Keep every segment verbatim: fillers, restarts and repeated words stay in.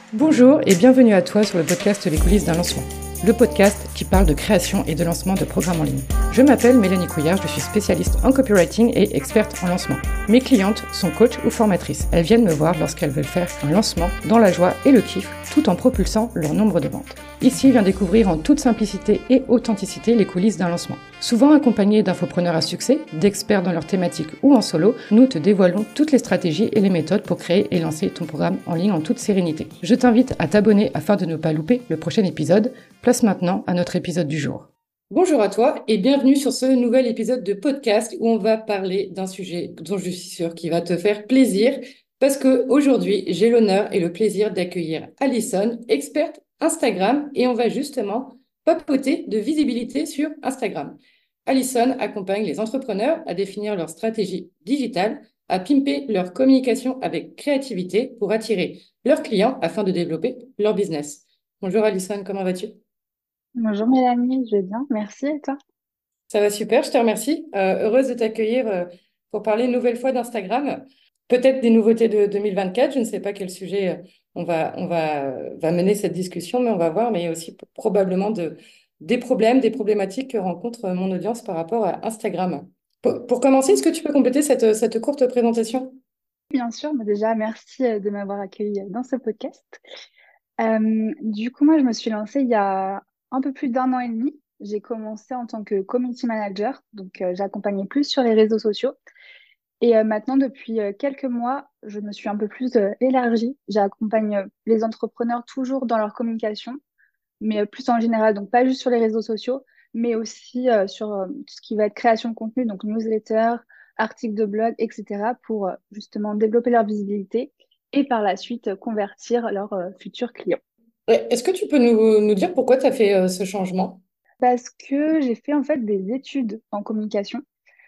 Bonjour et bienvenue à toi sur le podcast Les coulisses d'un lancement, le podcast qui parle de création et de lancement de programmes en ligne. Je m'appelle Mélanie Couillard, je suis spécialiste en copywriting et experte en lancement. Mes clientes sont coachs ou formatrices. Elles viennent me voir lorsqu'elles veulent faire un lancement dans la joie et le kiff, tout en propulsant leur nombre de ventes. Ici, viens découvrir en toute simplicité et authenticité les coulisses d'un lancement. Souvent accompagnés d'infopreneurs à succès, d'experts dans leur thématique ou en solo, nous te dévoilons toutes les stratégies et les méthodes pour créer et lancer ton programme en ligne en toute sérénité. Je t'invite à t'abonner afin de ne pas louper le prochain épisode. Place maintenant à notre épisode du jour. Bonjour à toi et bienvenue sur ce nouvel épisode de podcast où on va parler d'un sujet dont je suis sûre qui va te faire plaisir parce qu'aujourd'hui, j'ai l'honneur et le plaisir d'accueillir Alison, experte Instagram, et on va justement papoter de visibilité sur Instagram. Alison accompagne les entrepreneurs à définir leur stratégie digitale, à pimper leur communication avec créativité pour attirer leurs clients afin de développer leur business. Bonjour Alison, comment vas-tu? Bonjour Mélanie, je vais bien, merci et toi? Ça va super, je te remercie. Euh, heureuse de t'accueillir euh, pour parler une nouvelle fois d'Instagram. Peut-être des nouveautés de deux mille vingt-quatre, je ne sais pas quel sujet euh, on va, on va, va mener cette discussion, mais on va voir, mais aussi p- probablement de, des problèmes, des problématiques que rencontre mon audience par rapport à Instagram. Pour, pour commencer, est-ce que tu peux compléter cette, cette courte présentation? Bien sûr, mais déjà merci euh, de m'avoir accueilli dans ce podcast. Euh, du coup, moi je me suis lancée il y a un peu plus d'un an et demi. J'ai commencé en tant que community manager, donc euh, j'accompagnais plus sur les réseaux sociaux. Et euh, maintenant, depuis euh, quelques mois, je me suis un peu plus euh, élargie. J'accompagne euh, les entrepreneurs toujours dans leur communication, mais euh, plus en général, donc pas juste sur les réseaux sociaux, mais aussi euh, sur euh, tout ce qui va être création de contenu, donc newsletter, articles de blog, et cetera, pour euh, justement développer leur visibilité et par la suite euh, convertir leurs euh, futurs clients. Ouais, est-ce que tu peux nous, nous dire pourquoi tu as fait euh, ce changement? Parce que j'ai fait en fait des études en communication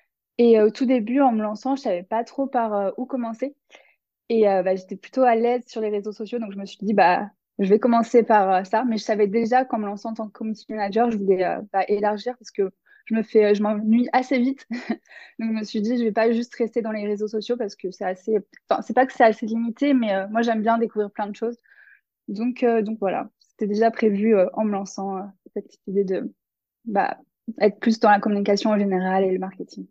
et euh, au tout début, en me lançant, je savais pas trop par euh, où commencer. Et euh, bah, j'étais plutôt à l'aise sur les réseaux sociaux, donc je me suis dit, bah, je vais commencer par euh, ça. Mais je savais déjà qu'en me lançant en tant que community manager, je voulais euh, bah, élargir parce que je me fais, je m'ennuie assez vite. Donc je me suis dit, je vais pas juste rester dans les réseaux sociaux parce que c'est assez, enfin, c'est pas que c'est assez limité, mais euh, moi j'aime bien découvrir plein de choses. Donc, euh, donc voilà, c'était déjà prévu euh, en me lançant euh, cette petite idée de bah, être plus dans la communication en général et le marketing.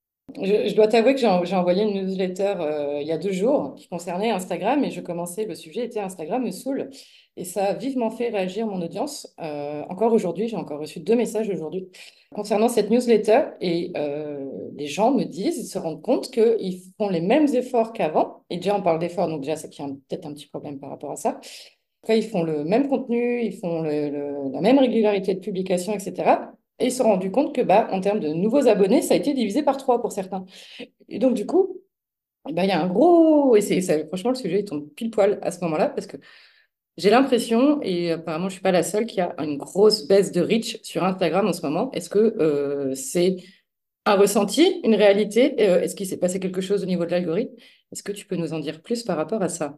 Je, je dois t'avouer que j'ai en- j'ai envoyé une newsletter euh, il y a deux jours qui concernait Instagram et je commençais, le sujet était Instagram me saoule et ça a vivement fait réagir mon audience. Euh, encore aujourd'hui, j'ai encore reçu deux messages aujourd'hui concernant cette newsletter et euh, les gens me disent, ils se rendent compte qu'ils font les mêmes efforts qu'avant. Et déjà, on parle d'efforts, donc déjà, c'est qu'il y a un- peut-être un petit problème par rapport à ça. Après, ils font le même contenu, ils font le- le- la même régularité de publication, et cetera. Et ils se sont rendus compte que, bah, en termes de nouveaux abonnés, ça a été divisé par trois pour certains. Et donc, du coup, eh ben, il y a un gros. Et c'est, ça- franchement, le sujet, il tombe pile poil à ce moment-là, parce que j'ai l'impression, et apparemment, je ne suis pas la seule, qu'il y a une grosse baisse de reach sur Instagram en ce moment. Est-ce que euh, c'est un ressenti, une réalité? Euh, est-ce qu'il s'est passé quelque chose au niveau de l'algorithme? Est-ce que tu peux nous en dire plus par rapport à ça?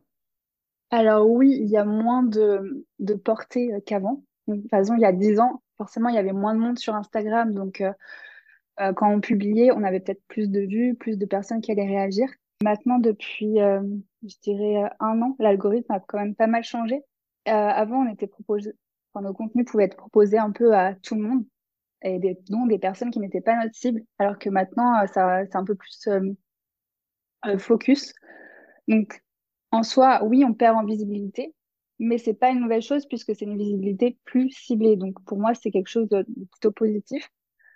Alors oui, il y a moins de, de portée euh, qu'avant. Donc, de toute façon, il y a dix ans, forcément, il y avait moins de monde sur Instagram. Donc, euh, euh, quand on publiait, on avait peut-être plus de vues, plus de personnes qui allaient réagir. Maintenant, depuis, euh, je dirais, euh, un an, l'algorithme a quand même pas mal changé. Euh, avant, on était proposé, enfin, nos contenus pouvaient être proposés un peu à tout le monde, et des, dont des personnes qui n'étaient pas notre cible, alors que maintenant, euh, ça, c'est un peu plus euh, euh, focus. Donc, en soi, oui, on perd en visibilité, mais c'est pas une nouvelle chose puisque c'est une visibilité plus ciblée. Donc, pour moi, c'est quelque chose de de plutôt positif.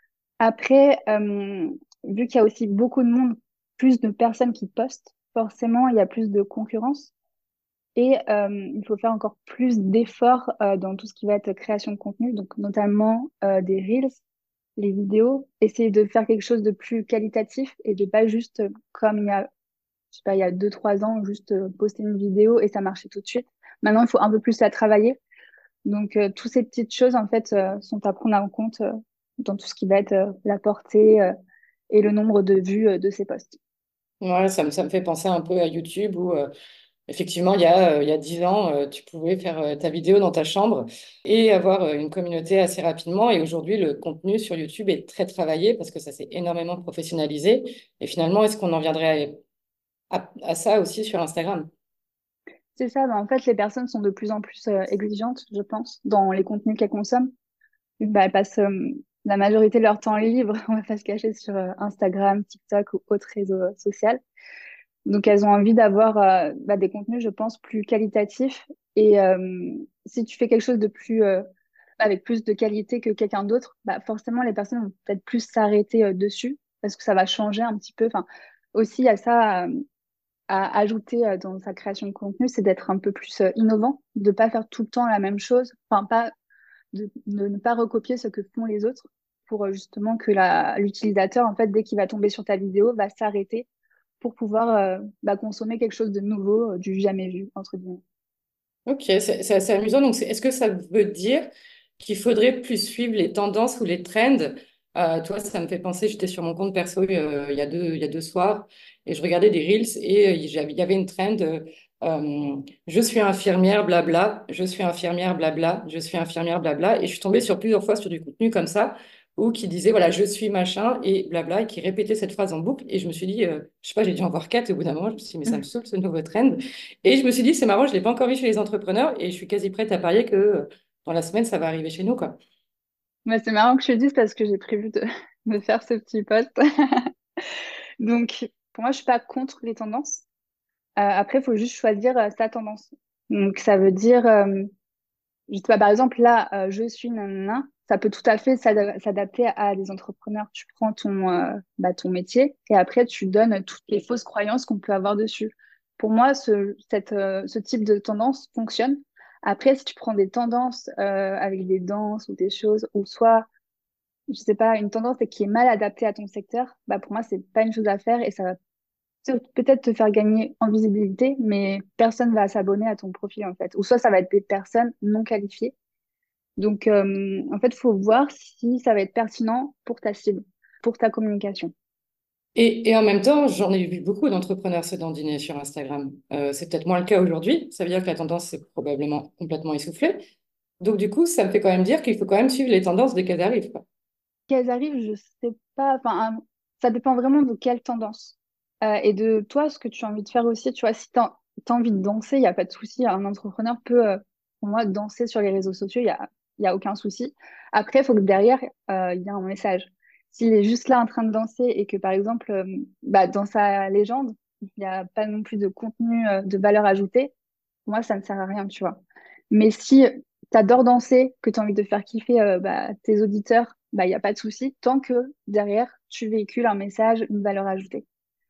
Après, euh, vu qu'il y a aussi beaucoup de monde, plus de personnes qui postent, forcément, il y a plus de concurrence et euh, il faut faire encore plus d'efforts euh, dans tout ce qui va être création de contenu, donc notamment euh, des reels, les vidéos, essayer de faire quelque chose de plus qualitatif et de pas juste euh, comme il y a je sais pas, il y a deux, trois ans, juste euh, poster une vidéo et ça marchait tout de suite. Maintenant, il faut un peu plus la travailler. Donc, euh, toutes ces petites choses, en fait, euh, sont à prendre en compte euh, dans tout ce qui va être euh, la portée euh, et le nombre de vues euh, de ces posts. Ouais, ça me, ça me fait penser un peu à YouTube où euh, effectivement il y a, euh, il y a dix ans, euh, tu pouvais faire euh, ta vidéo dans ta chambre et avoir euh, une communauté assez rapidement. Et aujourd'hui, le contenu sur YouTube est très travaillé parce que ça s'est énormément professionnalisé. Et finalement, est-ce qu'on en viendrait à, à- à ça aussi sur Instagram? C'est ça, bah, en fait, les personnes sont de plus en plus euh, exigeantes, je pense, dans les contenus qu'elles consomment. Bah, elles passent euh, la majorité de leur temps libre, on va pas se cacher, sur euh, Instagram, TikTok ou autres réseaux euh, sociaux. Donc, elles ont envie d'avoir euh, bah, des contenus, je pense, plus qualitatifs. Et euh, si tu fais quelque chose de plus, euh, avec plus de qualité que quelqu'un d'autre, bah, forcément, les personnes vont peut-être plus s'arrêter euh, dessus parce que ça va changer un petit peu. Enfin, aussi, il y a ça euh, à ajouter euh, dans sa création de contenu, c'est d'être un peu plus euh, innovant, de pas faire tout le temps la même chose, enfin, pas, de, de ne pas recopier ce que font les autres pour euh, justement que la, l'utilisateur, en fait, dès qu'il va tomber sur ta vidéo, va s'arrêter pour pouvoir euh, bah, consommer quelque chose de nouveau, euh, du jamais vu, entre guillemets. Ok, c'est c'est assez amusant. Donc, c'est- est-ce que ça veut dire qu'il faudrait plus suivre les tendances ou les trends? Euh, toi, ça me fait penser, j'étais sur mon compte perso euh, il y a deux, il y a deux soirs et je regardais des Reels et euh, il y avait il y avait une trend euh, euh, je suis infirmière, blabla, je suis infirmière, blabla, je suis infirmière, blabla. Et je suis tombée sur plusieurs fois sur du contenu comme ça ou qui disait, voilà, je suis machin et blabla, et qui répétait cette phrase en boucle. Et je me suis dit, euh, je sais pas, j'ai dû en voir quatre. Et au bout d'un moment, je me suis dit, mais ça me saoule ce nouveau trend. Et je me suis dit, c'est marrant, je ne l'ai pas encore vu chez les entrepreneurs et je suis quasi prête à parier que euh, dans la semaine, ça va arriver chez nous, quoi. Mais c'est marrant que je le dise parce que j'ai prévu de, de faire ce petit post. Donc, pour moi, je suis pas contre les tendances. Euh, après, il faut juste choisir euh, sa tendance. Donc, ça veut dire, euh, je sais pas, par exemple, là, euh, je suis nanana, ça peut tout à fait s'ada- s'adapter à des entrepreneurs. Tu prends ton, euh, bah, ton métier et après, tu donnes toutes les fausses croyances qu'on peut avoir dessus. Pour moi, ce, cette, euh, ce type de tendance fonctionne. Après, si tu prends des tendances euh, avec des danses ou des choses, ou soit, je sais pas, une tendance qui est mal adaptée à ton secteur, bah, pour moi, c'est pas une chose à faire et ça va te- peut-être te faire gagner en visibilité, mais personne va s'abonner à ton profil, en fait. Ou soit ça va être des personnes non qualifiées. Donc, euh, en fait, il faut voir si ça va être pertinent pour ta cible, pour ta communication. Et, et en même temps, j'en ai vu beaucoup d'entrepreneurs se dandiner sur Instagram. Euh, c'est peut-être moins le cas aujourd'hui. Ça veut dire que la tendance s'est probablement complètement essoufflée. Donc, du coup, ça me fait quand même dire qu'il faut quand même suivre les tendances dès qu'elles arrivent, quoi. Qu'elles arrivent, je sais pas, enfin, euh, ça dépend vraiment de quelle tendance. Euh, et de toi, ce que tu as envie de faire aussi. Tu vois, si tu as envie de danser, il n'y a pas de souci. Un entrepreneur peut, euh, pour moi, danser sur les réseaux sociaux, il n'y a, il y a aucun souci. Après, il faut que derrière, euh, il y ait un message. S'il est juste là en train de danser et que, par exemple, euh, bah, dans sa légende, il n'y a pas non plus de contenu, euh, de valeur ajoutée, pour moi, ça ne sert à rien, tu vois. Mais si tu adores danser, que tu as envie de faire kiffer euh, bah, tes auditeurs, bah, il n'y a pas de souci, tant que derrière, tu véhicules un message, une valeur ajoutée.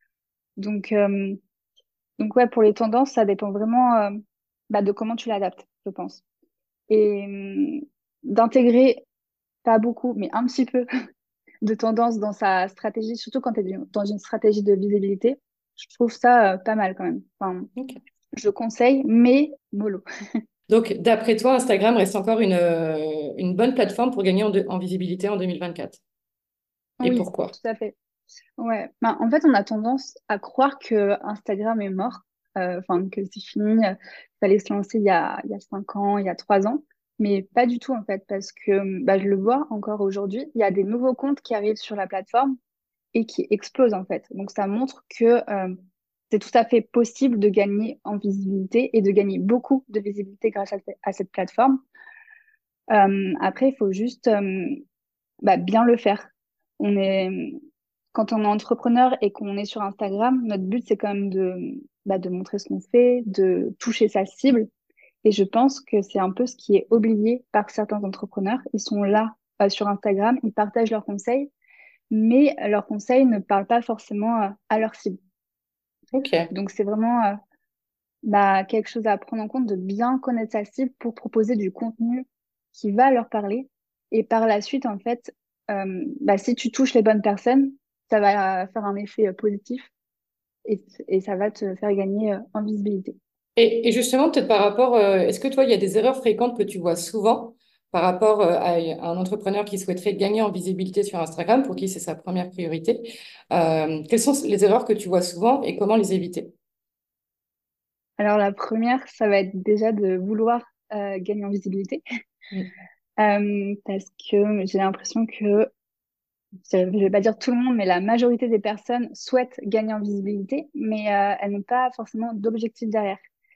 Donc, euh, donc ouais, pour les tendances, ça dépend vraiment euh, bah, de comment tu l'adaptes, je pense. Et euh, d'intégrer, pas beaucoup, mais un petit peu de tendance dans sa stratégie, surtout quand tu es dans une stratégie de visibilité, je trouve ça euh, pas mal quand même. Enfin, Ok. je conseille, mais mollo. Donc, d'après toi, Instagram reste encore une, euh, une bonne plateforme pour gagner en, de- en visibilité en deux mille vingt-quatre. Et Oui, pourquoi? tout à fait. Ouais, bah, en fait, on a tendance à croire que Instagram est mort, euh, enfin que c'est fini, euh, fallait se lancer il y a, il y a cinq ans, il y a trois ans, mais pas du tout en fait, parce que bah, je le vois encore aujourd'hui, il y a des nouveaux comptes qui arrivent sur la plateforme et qui explosent en fait. Donc ça montre que euh, c'est tout à fait possible de gagner en visibilité et de gagner beaucoup de visibilité grâce à, à cette plateforme. Euh, après, il faut juste euh, bah, bien le faire. On est, quand on est entrepreneur et qu'on est sur Instagram, notre but, c'est quand même de, bah, de montrer ce qu'on fait, de toucher sa cible. Et je pense que c'est un peu ce qui est oublié par certains entrepreneurs. Ils sont là, euh, sur Instagram, ils partagent leurs conseils, mais leurs conseils ne parlent pas forcément, euh, à leur cible. Ok. Donc, c'est vraiment, euh, bah, quelque chose à prendre en compte de bien connaître sa cible pour proposer du contenu qui va leur parler. Et par la suite, en fait, euh, bah, si tu touches les bonnes personnes, ça va faire un effet euh, positif et, et ça va te faire gagner euh, en visibilité. Et, et justement, peut-être par rapport, euh, est-ce que toi, il y a des erreurs fréquentes que tu vois souvent par rapport euh, à un entrepreneur qui souhaiterait gagner en visibilité sur Instagram, pour qui c'est sa première priorité? Euh, quelles sont les erreurs que tu vois souvent et comment les éviter? Alors la première, ça va être déjà de vouloir euh, gagner en visibilité. Mm. Euh, parce que j'ai l'impression que, je ne vais pas dire tout le monde, mais la majorité des personnes souhaitent gagner en visibilité, mais euh, elles n'ont pas forcément d'objectif derrière.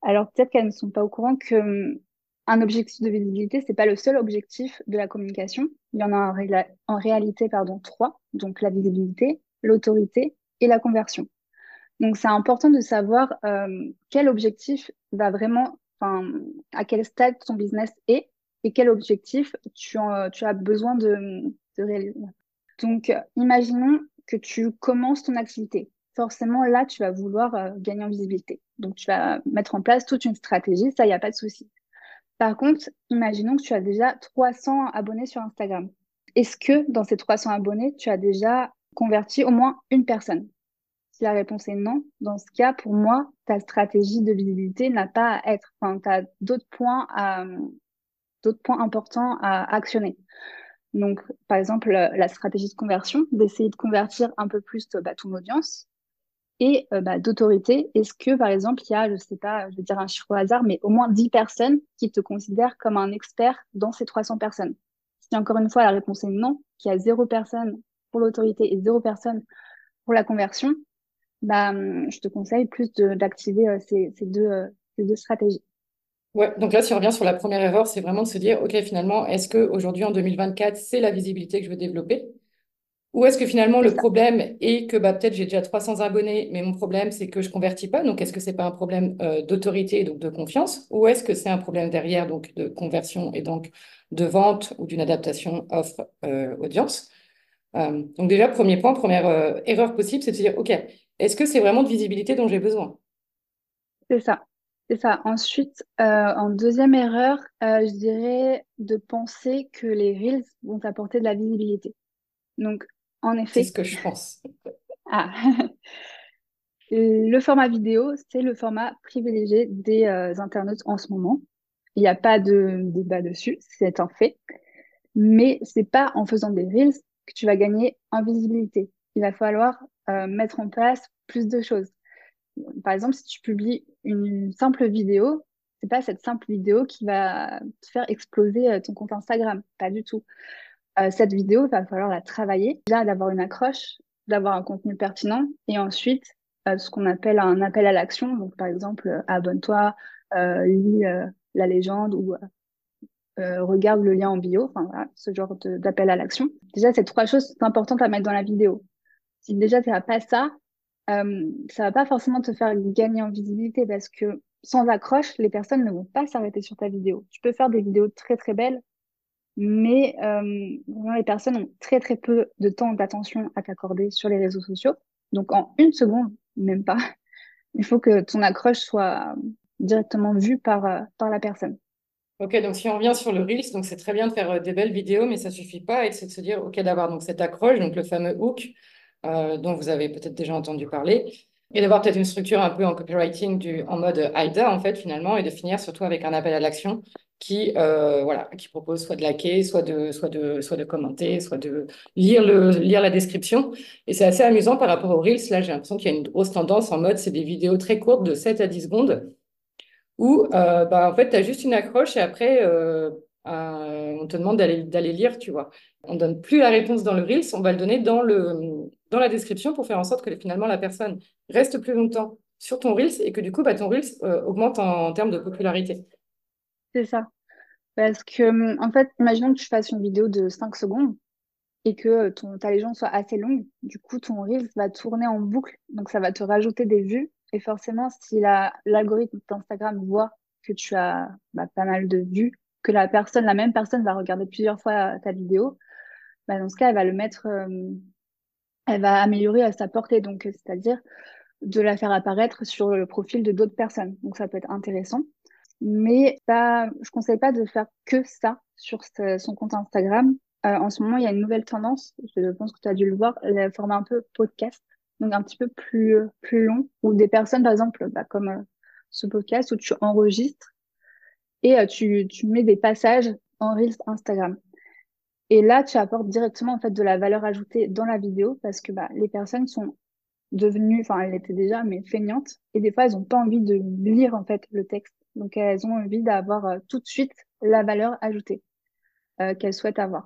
Alors peut-être qu'elles ne sont pas au courant que hum, un objectif de visibilité, c'est pas le seul objectif de la communication. Il y en a en, réla- en réalité, pardon, trois. Donc la visibilité, l'autorité et la conversion. Donc c'est important de savoir euh, quel objectif va vraiment, enfin, à quel stade ton business est et quel objectif tu, en- tu as besoin de, de réaliser. Donc, euh, imaginons que tu commences ton activité. Forcément, là, tu vas vouloir euh, gagner en visibilité. Donc, tu vas mettre en place toute une stratégie, ça, il n'y a pas de souci. Par contre, imaginons que tu as déjà trois cents abonnés sur Instagram. Est-ce que dans ces trois cents abonnés, tu as déjà converti au moins une personne? Si la réponse est non, dans ce cas, pour moi, ta stratégie de visibilité n'a pas à être. Enfin, tu as d'autres points à, d'autres points importants à actionner. Donc, par exemple, euh, la stratégie de conversion, d'essayer de convertir un peu plus euh, bah, ton audience et euh, bah, d'autorité. Est-ce que, par exemple, il y a, je sais pas, je vais dire un chiffre au hasard, mais au moins dix personnes qui te considèrent comme un expert dans ces trois cents personnes? Si encore une fois la réponse est non, qu'il y a zéro personne pour l'autorité et zéro personne pour la conversion, bah, hum, je te conseille plus de- d'activer euh, ces, ces deux, euh, ces deux stratégies. Ouais, donc là, si on revient sur la première erreur, c'est vraiment de se dire, OK, finalement, est-ce qu'aujourd'hui, en deux mille vingt-quatre, c'est la visibilité que je veux développer? Ou est-ce que finalement, C'est le ça, problème est que bah, peut-être j'ai déjà trois cents abonnés, mais mon problème, c'est que je convertis pas. Donc, est-ce que c'est pas un problème euh, d'autorité, donc de confiance? Ou est-ce que c'est un problème derrière, donc de conversion et donc de vente ou d'une adaptation offre-audience? Euh, donc déjà, premier point, première euh, erreur possible, c'est de se dire, OK, est-ce que c'est vraiment de visibilité dont j'ai besoin? c'est ça. C'est ça. Ensuite, euh, en deuxième erreur, euh, je dirais de penser que les Reels vont t'apporter de la visibilité. Donc, en C'est ce effet, que je pense. ah, le format vidéo, c'est le format privilégié des euh, internautes en ce moment. Il n'y a pas de débat dessus, c'est un fait. Mais c'est pas en faisant des Reels que tu vas gagner en visibilité. Il va falloir euh, mettre en place plus de choses. Par exemple, si tu publies une simple vidéo, c'est pas cette simple vidéo qui va te faire exploser euh, ton compte Instagram. Pas du tout. Euh, cette vidéo, il va falloir la travailler. Déjà, d'avoir une accroche, d'avoir un contenu pertinent et ensuite, euh, ce qu'on appelle un appel à l'action. Donc, par exemple, euh, abonne-toi, euh, lis euh, la légende ou euh, regarde le lien en bio. Enfin, voilà, ce genre de- d'appel à l'action. Déjà, ces trois choses sont importantes à mettre dans la vidéo. Si déjà tu n'as pas ça, euh, ça va pas forcément te faire gagner en visibilité parce que sans accroche, les personnes ne vont pas s'arrêter sur ta vidéo. Tu peux faire des vidéos très très belles, mais euh, vraiment, les personnes ont très très peu de temps d'attention à t'accorder sur les réseaux sociaux. Donc en une seconde, même pas, il faut que ton accroche soit directement vue par, euh, par la personne. Ok, donc si on revient sur le Reels, donc c'est très bien de faire euh, des belles vidéos, mais ça suffit pas. Et c'est de se dire, ok, d'avoir donc cette accroche, donc le fameux hook, euh, dont vous avez peut-être déjà entendu parler, et d'avoir peut-être une structure un peu en copywriting du, en mode AIDA, en fait, finalement, et de finir surtout avec un appel à l'action qui, euh, voilà, qui propose soit de liker, soit de, soit de, soit de commenter, soit de lire, le, lire la description. Et c'est assez amusant par rapport aux Reels. Là, j'ai l'impression qu'il y a une grosse tendance en mode, c'est des vidéos très courtes de sept à dix secondes où euh, bah, en fait, tu as juste une accroche et après, euh, euh, on te demande d'aller d'aller lire, tu vois. On donne plus la réponse dans le Reels, on va le donner dans le, dans la description pour faire en sorte que finalement la personne reste plus longtemps sur ton Reels et que du coup, bah, ton Reels euh, augmente en, en termes de popularité. C'est ça. Parce que, hum, en fait, imaginons que tu fasses une vidéo de cinq secondes et que euh, ton, ta légende soit assez longue. Du coup, ton Reels va tourner en boucle. Donc, ça va te rajouter des vues. Et forcément, si la, l'algorithme d'Instagram voit que tu as bah, pas mal de vues, que la personne, la même personne va regarder plusieurs fois ta vidéo, bah, dans ce cas, elle va le mettre, euh, elle va améliorer à sa portée. Donc, euh, c'est-à-dire de la faire apparaître sur le profil de d'autres personnes. Donc, ça peut être intéressant. Mais ça, je conseille pas de faire que ça sur ce- son compte Instagram. Euh, en ce moment, il y a une nouvelle tendance, je pense que tu as dû le voir, le format un peu podcast, donc un petit peu plus, euh, plus long, où des personnes, par exemple, bah, comme euh, ce podcast, où tu enregistres et euh, tu, tu mets des passages en Reels Instagram. Et là, tu apportes directement en fait de la valeur ajoutée dans la vidéo parce que bah, les personnes sont devenues, enfin elles l'étaient déjà, mais feignantes. Et des fois, elles n'ont pas envie de lire en fait le texte. Donc elles ont envie d'avoir euh, tout de suite la valeur ajoutée euh, qu'elles souhaitent avoir.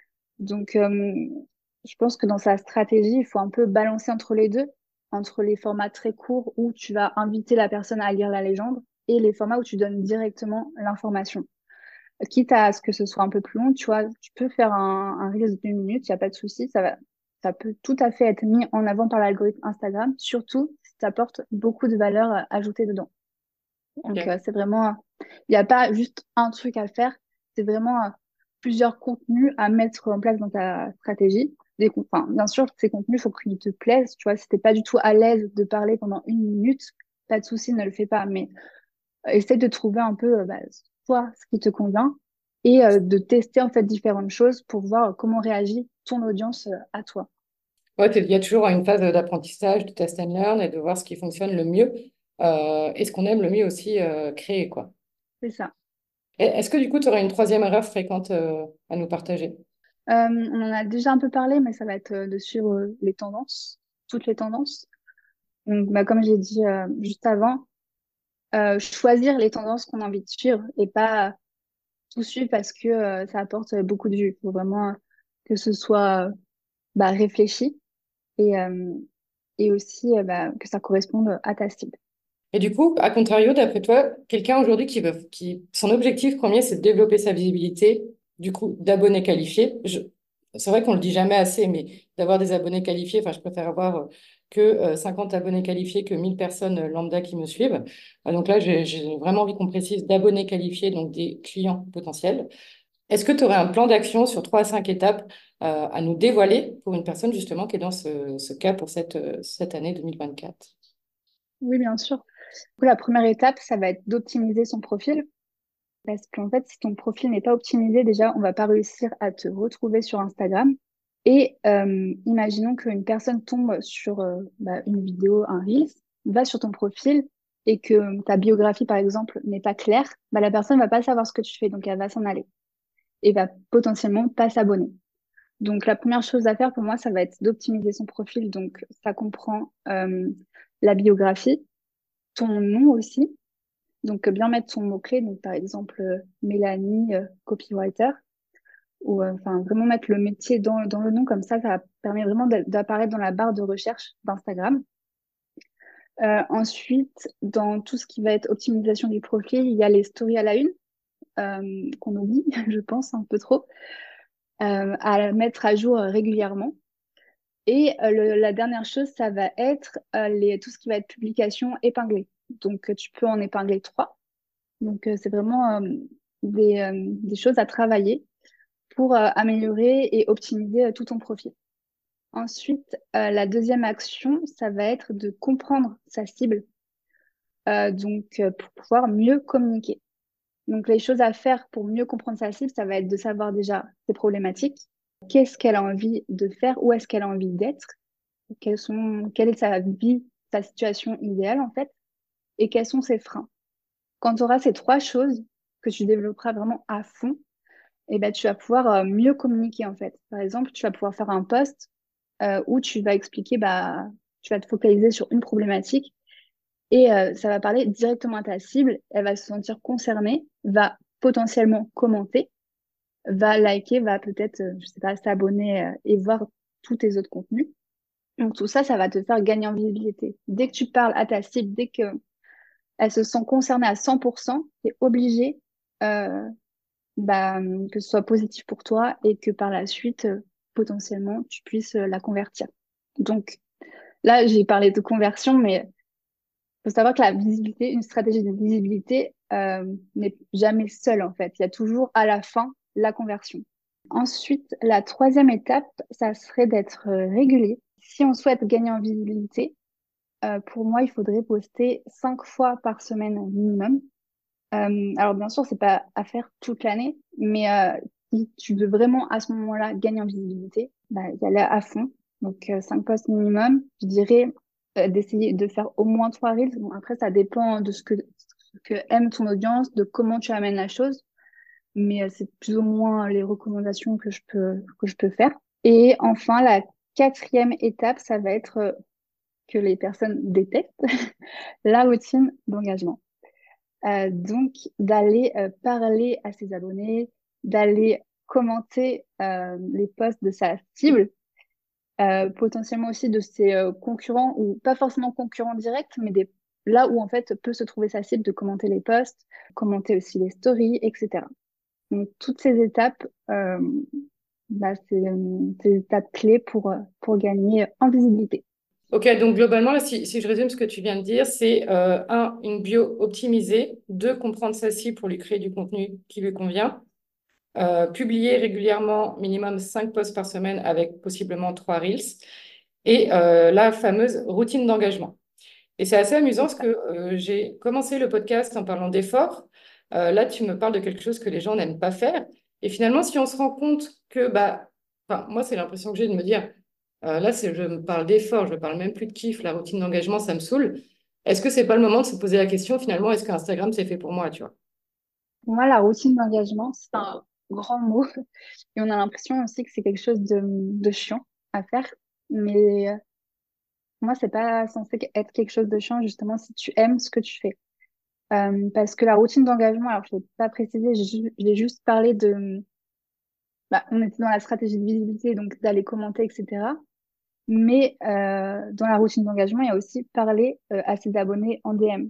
Donc euh, je pense que dans sa stratégie, il faut un peu balancer entre les deux, entre les formats très courts où tu vas inviter la personne à lire la légende et les formats où tu donnes directement l'information. Quitte à ce que ce soit un peu plus long, tu vois, tu peux faire un, un reel de deux minutes, il n'y a pas de souci, ça va, ça peut tout à fait être mis en avant par l'algorithme Instagram, surtout si tu apportes beaucoup de valeur euh, ajoutée dedans. Donc, Ok. euh, c'est vraiment, il n'y a pas juste un truc à faire, c'est vraiment euh, plusieurs contenus à mettre en place dans ta stratégie. Des, con- enfin, bien sûr, ces contenus, il faut qu'ils te plaisent, tu vois, si t'es pas du tout à l'aise de parler pendant une minute, pas de souci, ne le fais pas, mais euh, essaie de trouver un peu, euh, bah, toi, ce qui te convient et euh, de tester en fait différentes choses pour voir comment réagit ton audience euh, à toi. Ouais, t'es- il y a toujours une phase d'apprentissage, de test and learn et de voir ce qui fonctionne le mieux euh, et ce qu'on aime le mieux aussi euh, créer, quoi. C'est ça. Et est-ce que du coup, tu aurais une troisième erreur fréquente euh, à nous partager? Euh, on en a déjà un peu parlé, mais ça va être euh, de suivre euh, les tendances, toutes les tendances. Donc, bah, comme j'ai dit euh, juste avant, euh, choisir les tendances qu'on a envie de suivre et pas tout suivre parce que euh, ça apporte beaucoup de vues. Il faut vraiment que ce soit euh, bah, réfléchi et, euh, et aussi euh, bah, que ça corresponde à ta cible. Et du coup, à contrario, d'après toi, quelqu'un aujourd'hui qui veut, qui, son objectif premier, c'est de développer sa visibilité, du coup, d'abonnés qualifiés. Je- c'est vrai qu'on le dit jamais assez, mais d'avoir des abonnés qualifiés, enfin, je préfère avoir euh, que euh, cinquante abonnés qualifiés que mille personnes euh, lambda qui me suivent. Euh, donc là, j'ai j'ai vraiment envie qu'on précise d'abonnés qualifiés, donc des clients potentiels. Est-ce que tu aurais un plan d'action sur trois à cinq étapes euh, à nous dévoiler pour une personne justement qui est dans ce, ce cas pour cette, euh, cette année deux mille vingt-quatre? Oui, bien sûr. Du coup, la première étape, ça va être d'optimiser son profil. Parce qu'en fait, si ton profil n'est pas optimisé, déjà, on va pas réussir à te retrouver sur Instagram. Et euh, imaginons qu'une personne tombe sur euh, bah, une vidéo, un Reels, va sur ton profil et que ta biographie, par exemple, n'est pas claire, bah, la personne va pas savoir ce que tu fais, donc elle va s'en aller et va potentiellement pas s'abonner. Donc la première chose à faire pour moi, ça va être d'optimiser son profil. Donc ça comprend euh, la biographie, ton nom aussi. Donc, euh, bien mettre son mot-clé, donc par exemple euh, Mélanie, euh, copywriter, ou euh, enfin vraiment mettre le métier dans, dans le nom, comme ça, ça permet vraiment d'a- d'apparaître dans la barre de recherche d'Instagram. Euh, ensuite, dans tout ce qui va être optimisation du profil, il y a les stories à la une, euh, qu'on oublie, je pense, un peu trop, euh, à mettre à jour euh, régulièrement. Et euh, le- la dernière chose, ça va être euh, les, tout ce qui va être publication épinglée. Donc, euh, tu peux en épingler trois. Donc, euh, c'est vraiment euh, des, euh, des choses à travailler pour euh, améliorer et optimiser euh, tout ton profil. Ensuite, euh, la deuxième action, ça va être de comprendre sa cible, euh, donc euh, pour pouvoir mieux communiquer. Donc, les choses à faire pour mieux comprendre sa cible, ça va être de savoir déjà ses problématiques, qu'est-ce qu'elle a envie de faire, où est-ce qu'elle a envie d'être, quelles sont, quelle est sa vie, sa situation idéale en fait, et quels sont ses freins. Quand tu auras ces trois choses que tu développeras vraiment à fond, et ben, tu vas pouvoir euh, mieux communiquer en fait. Par exemple, tu vas pouvoir faire un post euh, où tu vas expliquer, bah, tu vas te focaliser sur une problématique et euh, ça va parler directement à ta cible. Elle va se sentir concernée, va potentiellement commenter, va liker, va peut-être, euh, je sais pas, s'abonner euh, et voir tous tes autres contenus. Donc tout ça, ça va te faire gagner en visibilité. Dès que tu parles à ta cible, dès que elle se sent concernée à cent pour cent, tu es obligé euh, bah, que ce soit positif pour toi et que par la suite, euh, potentiellement, tu puisses euh, la convertir. Donc là, j'ai parlé de conversion, mais il faut savoir que la visibilité, une stratégie de visibilité euh, n'est jamais seule en fait. Il y a toujours à la fin la conversion. Ensuite, la troisième étape, ça serait d'être euh, régulier. Si on souhaite gagner en visibilité, euh, pour moi, il faudrait poster cinq fois par semaine minimum. Euh, alors bien sûr, c'est pas à faire toute l'année, mais euh, si tu veux vraiment à ce moment-là gagner en visibilité, bah, y aller à fond. Donc euh, cinq posts minimum, je dirais euh, d'essayer de faire au moins trois reels. Bon, après, ça dépend de ce que, ce que aime ton audience, de comment tu amènes la chose, mais euh, c'est plus ou moins les recommandations que je peux que je peux faire. Et enfin, la quatrième étape, ça va être euh, que les personnes détestent la routine d'engagement. Euh, donc, d'aller euh, parler à ses abonnés, d'aller commenter euh, les posts de sa cible, euh, potentiellement aussi de ses euh, concurrents, ou pas forcément concurrents directs, mais des là où en fait peut se trouver sa cible de commenter les posts, commenter aussi les stories, et cetera. Donc toutes ces étapes, euh, bah, c'est euh, c'est des étapes clés pour, euh, pour gagner en visibilité. Ok, donc globalement, là, si, si je résume ce que tu viens de dire, c'est euh, un, une bio optimisée, deux, comprendre sa cible pour lui créer du contenu qui lui convient, euh, publier régulièrement minimum cinq posts par semaine avec possiblement trois reels, et euh, la fameuse routine d'engagement. Et c'est assez amusant C'est parce ça. que euh, j'ai commencé le podcast en parlant d'efforts. Euh, là, tu me parles de quelque chose que les gens n'aiment pas faire. Et finalement, si on se rend compte que, bah, enfin, moi, c'est l'impression que j'ai de me dire, euh, là, c'est, je me parle d'efforts, je ne parle même plus de kiff, la routine d'engagement, ça me saoule. Est-ce que c'est pas le moment de se poser la question, finalement, est-ce qu'Instagram, c'est fait pour moi, tu vois? Pour moi, la routine d'engagement, c'est un grand mot. Et on a l'impression aussi que c'est quelque chose de, de chiant à faire. Mais euh, pour moi, c'est pas censé être quelque chose de chiant, justement, si tu aimes ce que tu fais. Euh, parce que la routine d'engagement, alors je ne l'ai pas précisé, j'ai ju- j'ai juste parlé de... Bah, on était dans la stratégie de visibilité, donc d'aller commenter, et cetera. Mais euh, dans la routine d'engagement, il y a aussi parler euh, à ses abonnés en D M.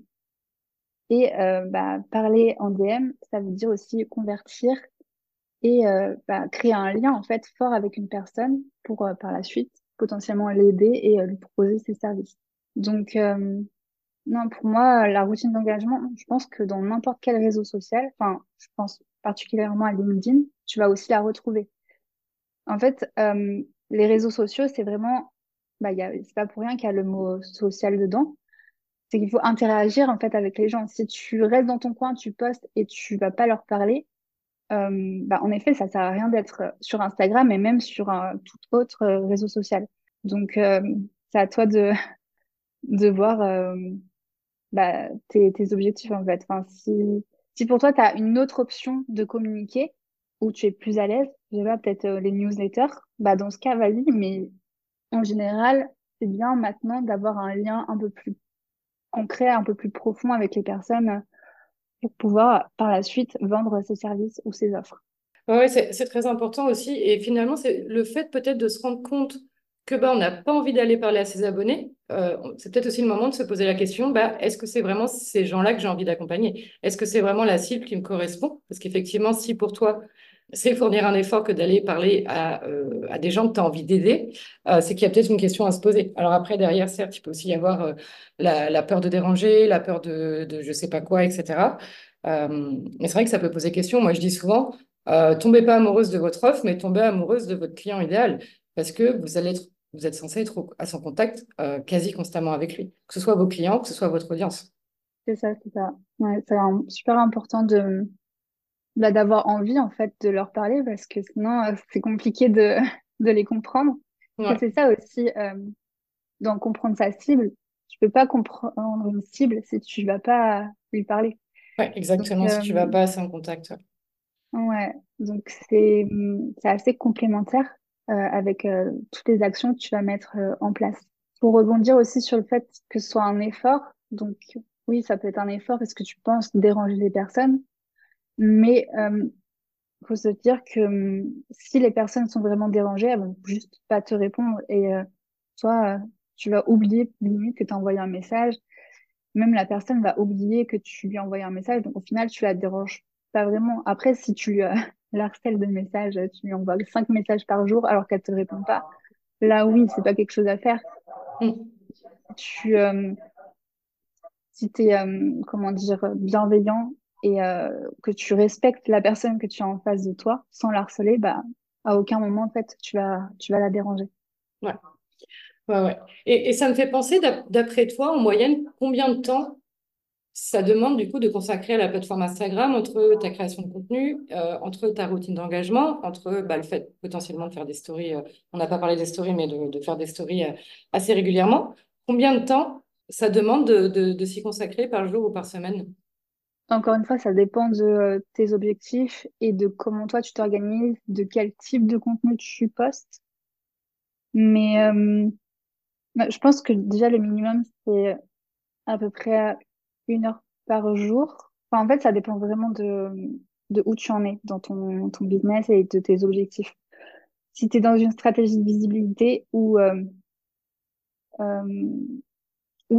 Et euh, bah, parler en D M, ça veut dire aussi convertir et euh, bah, créer un lien en fait fort avec une personne pour euh, par la suite potentiellement l'aider et euh, lui proposer ses services. Donc euh, non, pour moi, la routine d'engagement, je pense que dans n'importe quel réseau social, enfin, je pense particulièrement à LinkedIn, tu vas aussi la retrouver. En fait, euh, les réseaux sociaux, c'est vraiment, bah, y a, c'est pas pour rien qu'il y a le mot social dedans. C'est qu'il faut interagir en fait avec les gens. Si tu restes dans ton coin, tu postes et tu vas pas leur parler, euh, bah, en effet, ça sert à rien d'être sur Instagram et même sur un tout autre euh, réseau social. Donc, euh, c'est à toi de, de voir euh, bah, tes, tes objectifs en fait. Enfin, si, si pour toi, tu as une autre option de communiquer où tu es plus à l'aise, je sais pas, peut-être euh, les newsletters, bah, dans ce cas, vas-y, mais en général, c'est bien maintenant d'avoir un lien un peu plus concret, un peu plus profond avec les personnes euh, pour pouvoir par la suite vendre ses services ou ses offres. Ouais, ouais, c'est c'est très important aussi. Et finalement, c'est le fait peut-être de se rendre compte que bah, on n'a pas envie d'aller parler à ses abonnés. Euh, c'est peut-être aussi le moment de se poser la question, bah, est-ce que c'est vraiment ces gens-là que j'ai envie d'accompagner? Est-ce que c'est vraiment la cible qui me correspond? Parce qu'effectivement, si pour toi, c'est fournir un effort que d'aller parler à, euh, à des gens que tu as envie d'aider, euh, c'est qu'il y a peut-être une question à se poser. Alors après, derrière, certes, il peut aussi y avoir euh, la, la peur de déranger, la peur de, de je sais pas quoi, et cetera. Euh, mais c'est vrai que ça peut poser question. Moi, je dis souvent, euh, tombez pas amoureuse de votre offre, mais tombez amoureuse de votre client idéal, parce que vous allez être, vous êtes censé être au- à son contact euh, quasi constamment avec lui, que ce soit vos clients, que ce soit votre audience. C'est ça, c'est ça. Ouais, c'est un- super important de bah, d'avoir envie en fait de leur parler parce que sinon euh, c'est compliqué de, de les comprendre. Et Ouais, c'est ça aussi, euh, dans comprendre sa cible. Tu peux pas comprendre une cible si tu vas pas lui parler. ouais, Donc, exactement, si euh, tu vas pas assez en contact. Ouais. ouais, donc c'est hum, c'est assez complémentaire euh, avec euh, toutes les actions que tu vas mettre euh, en place. Pour rebondir aussi sur le fait que ce soit un effort, donc oui, ça peut être un effort parce que tu penses déranger les personnes, mais euh, faut se dire que hum, si les personnes sont vraiment dérangées, elles vont juste pas te répondre et euh, toi, euh, tu vas oublier limite que tu as envoyé un message. Même la personne va oublier que tu lui as envoyé un message. Donc au final, tu la déranges pas vraiment. Après, si tu euh, la harcèles de messages, tu lui envoies cinq messages par jour alors qu'elle te répond pas, là oui, c'est pas quelque chose à faire. Mm. Tu, euh, si t'es, euh, comment dire, bienveillant et euh, que tu respectes la personne que tu as en face de toi sans la harceler, bah, à aucun moment, en fait, tu vas, tu vas la déranger. Ouais, ouais, ouais. Et, et ça me fait penser, d'ap- d'après toi, en moyenne, combien de temps ça demande du coup de consacrer à la plateforme Instagram entre ta création de contenu, euh, entre ta routine d'engagement, entre bah, le fait potentiellement de faire des stories, euh, on n'a pas parlé des stories, mais de, de faire des stories euh, assez régulièrement. Combien de temps ça demande de, de, de s'y consacrer par jour ou par semaine? Encore une fois, ça dépend de euh, tes objectifs et de comment toi tu t'organises, de quel type de contenu tu postes. Mais euh, bah, je pense que déjà le minimum, c'est à peu près une heure par jour. Enfin, en fait, ça dépend vraiment de, de où tu en es dans ton, ton business et de tes objectifs. Si tu es dans une stratégie de visibilité où, euh, euh, où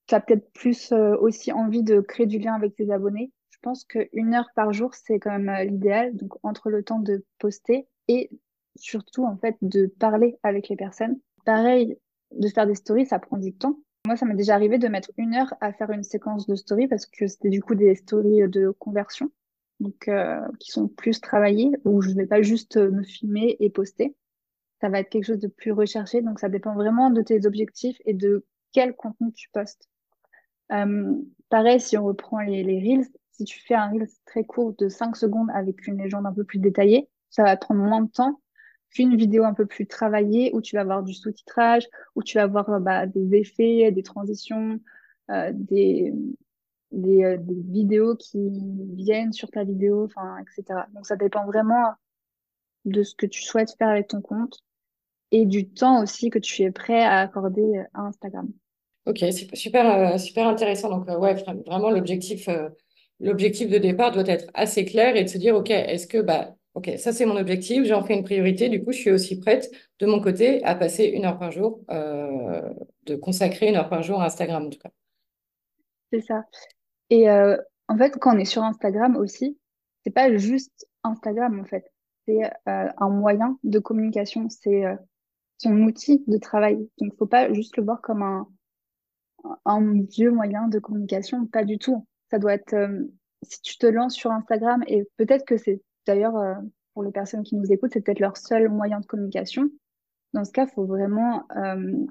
tu as peut-être plus euh, aussi envie de créer du lien avec tes abonnés. Je pense qu'une heure par jour, c'est quand même euh, l'idéal. Donc, entre le temps de poster et surtout, en fait, de parler avec les personnes. Pareil, de faire des stories, ça prend du temps. Moi, ça m'est déjà arrivé de mettre une heure à faire une séquence de stories parce que c'était du coup des stories de conversion, donc euh, qui sont plus travaillées, où je ne vais pas juste euh, me filmer et poster. Ça va être quelque chose de plus recherché, donc ça dépend vraiment de tes objectifs et de quel contenu tu postes. Euh, Pareil, si on reprend les, les Reels, si tu fais un Reels très court de cinq secondes avec une légende un peu plus détaillée, ça va prendre moins de temps qu'une vidéo un peu plus travaillée où tu vas avoir du sous-titrage, où tu vas avoir euh, bah, des effets, des transitions, euh, des, des, euh, des vidéos qui viennent sur ta vidéo, enfin, et cetera. Donc ça dépend vraiment de ce que tu souhaites faire avec ton compte et du temps aussi que tu es prêt à accorder euh, à Instagram. Ok, super, super, euh, super intéressant. Donc, euh, ouais, vra- vraiment, l'objectif, euh, l'objectif de départ doit être assez clair et de se dire, ok, est-ce que, bah, ok, ça c'est mon objectif, j'en fais une priorité. Du coup, je suis aussi prête de mon côté à passer une heure par jour, euh, de consacrer une heure par jour à Instagram, en tout cas. C'est ça. Et euh, en fait, quand on est sur Instagram aussi, c'est pas juste Instagram en fait. C'est euh, un moyen de communication, c'est euh, ton outil de travail. Donc, faut pas juste le voir comme un, un vieux moyen de communication, pas du tout. Ça doit être, euh, si tu te lances sur Instagram, et peut-être que c'est d'ailleurs, euh, pour les personnes qui nous écoutent, c'est peut-être leur seul moyen de communication. Dans ce cas, faut vraiment euh,